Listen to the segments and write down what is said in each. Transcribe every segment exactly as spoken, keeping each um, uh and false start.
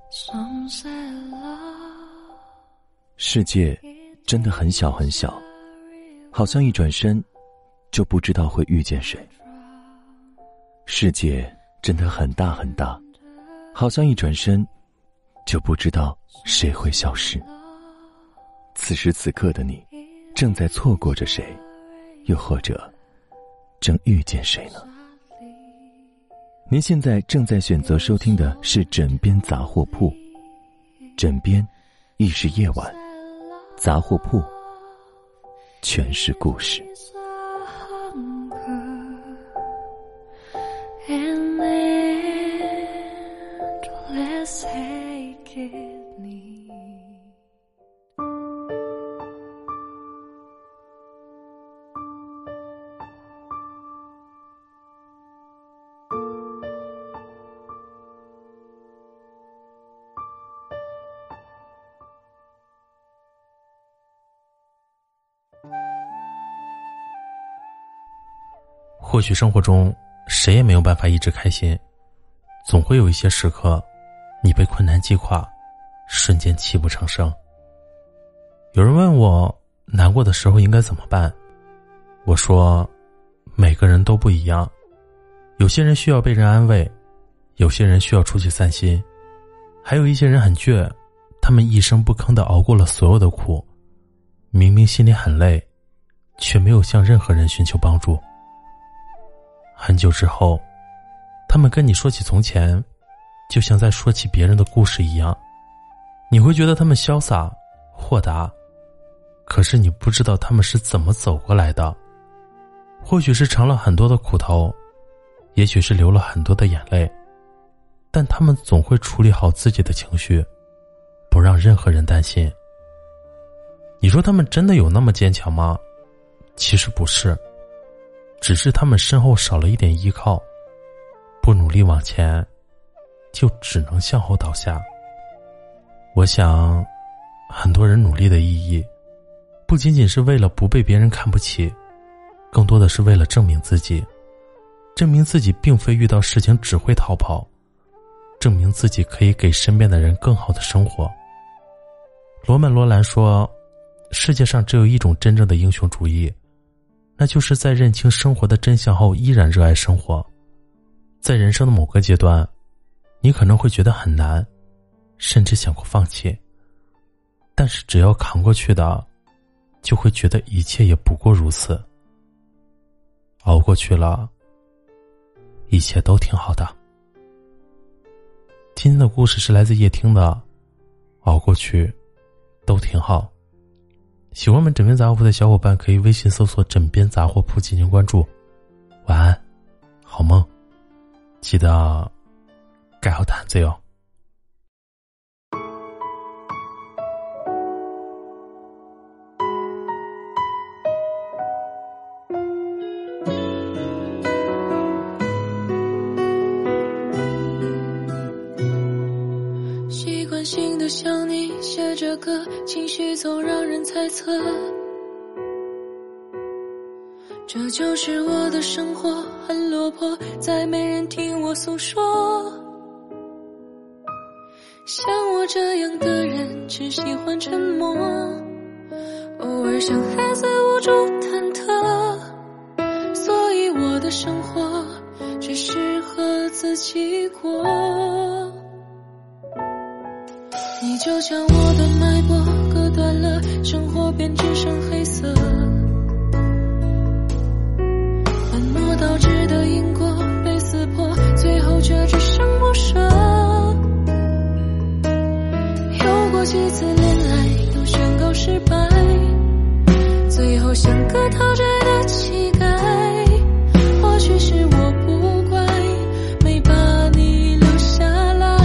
世界真的很小很小，好像一转身就不知道会遇见谁。世界真的很大很大，好像一转身就不知道谁会消失。此时此刻的你正在错过着谁，又或者正遇见谁呢？您现在正在选择收听的是枕边杂货铺，枕边亦是夜晚，杂货铺全是故事。 或许生活中谁也没有办法一直开心，总会有一些时刻你被困难击垮，瞬间泣不成声。有人问我难过的时候应该怎么办，我说每个人都不一样，有些人需要被人安慰，有些人需要出去散心，还有一些人很倔，他们一声不吭地熬过了所有的苦，明明心里很累，却没有向任何人寻求帮助。很久之后，他们跟你说起从前，就像在说起别人的故事一样，你会觉得他们潇洒豁达，可是你不知道他们是怎么走过来的。或许是尝了很多的苦头，也许是流了很多的眼泪，但他们总会处理好自己的情绪，不让任何人担心。你说他们真的有那么坚强吗？其实不是，只是他们身后少了一点依靠，不努力往前，就只能向后倒下。我想，很多人努力的意义，不仅仅是为了不被别人看不起，更多的是为了证明自己，证明自己并非遇到事情只会逃跑，证明自己可以给身边的人更好的生活。罗曼·罗兰说，世界上只有一种真正的英雄主义，那就是在认清生活的真相后依然热爱生活。在人生的某个阶段，你可能会觉得很难，甚至想过放弃，但是只要扛过去的，就会觉得一切也不过如此。熬过去了，一切都挺好的。今天的故事是来自夜听的，熬过去都挺好。喜欢我们枕边杂货铺的小伙伴可以微信搜索枕边杂货铺进行关注。晚安，好梦，记得盖好毯子哟。 习惯性的想你写着歌，情绪总让人猜测，这就是我的生活，很落魄，再没人听我诉说。像我这样的人只喜欢沉默，偶尔想孩子无助忐忑，所以我的生活只适合自己过。你就像我的脉搏割断了，生活便只剩黑色，本末倒置的因果被撕破，最后却只剩不舍。有过几次恋爱都宣告失败，最后像个讨债的乞丐，或许是我不乖，没把你留下来。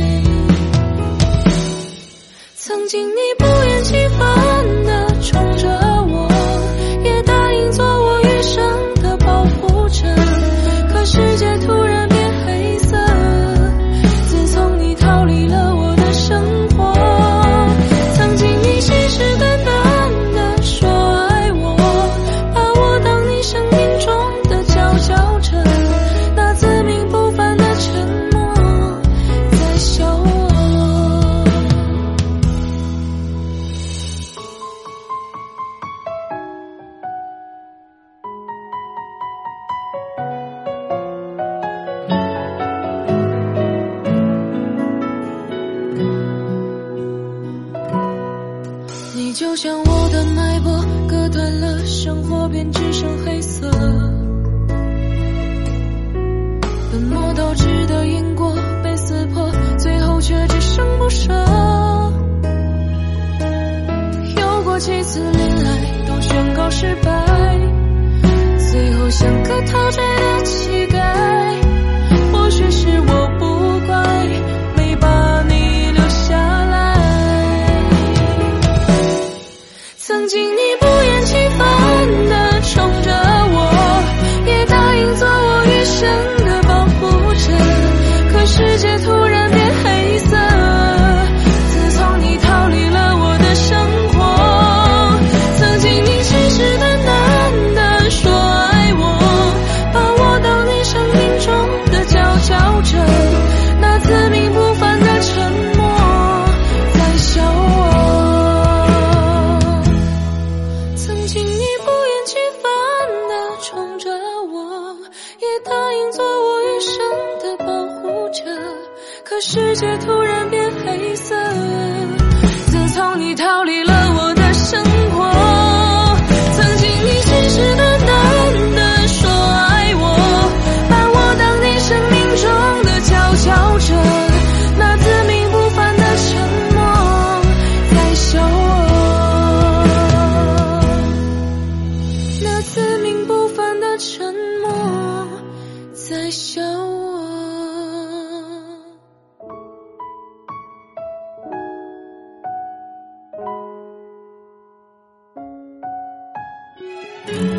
曾经你不厌其烦地宠着我，也答应做我余生的保护者，可世界突然变黑色， 就像我的脉搏割断了，生活便只剩黑色。本末倒置的因果被撕破，最后却只剩不舍。有过几次恋爱都宣告失败，最后像个陶醉的乞丐。或许是我不乖，没把你留下来。曾经你不厌其烦地宠着我，也答应做我余生的保护者，可世界突然变黑色。自从你逃离了我的生活，曾经你信誓旦旦地说爱我，把我当你生命中的佼佼者，那自命不凡的沉默在笑我。曾经你不厌其烦地宠着我，也答应做我余生的保护者，可世界突然变黑色。自从你逃离了我的生活，曾经你信誓旦旦地说爱我，把我当你生命中的佼佼者，那自命不凡的沉默在笑我，那自命不凡的沉默在笑我。嗯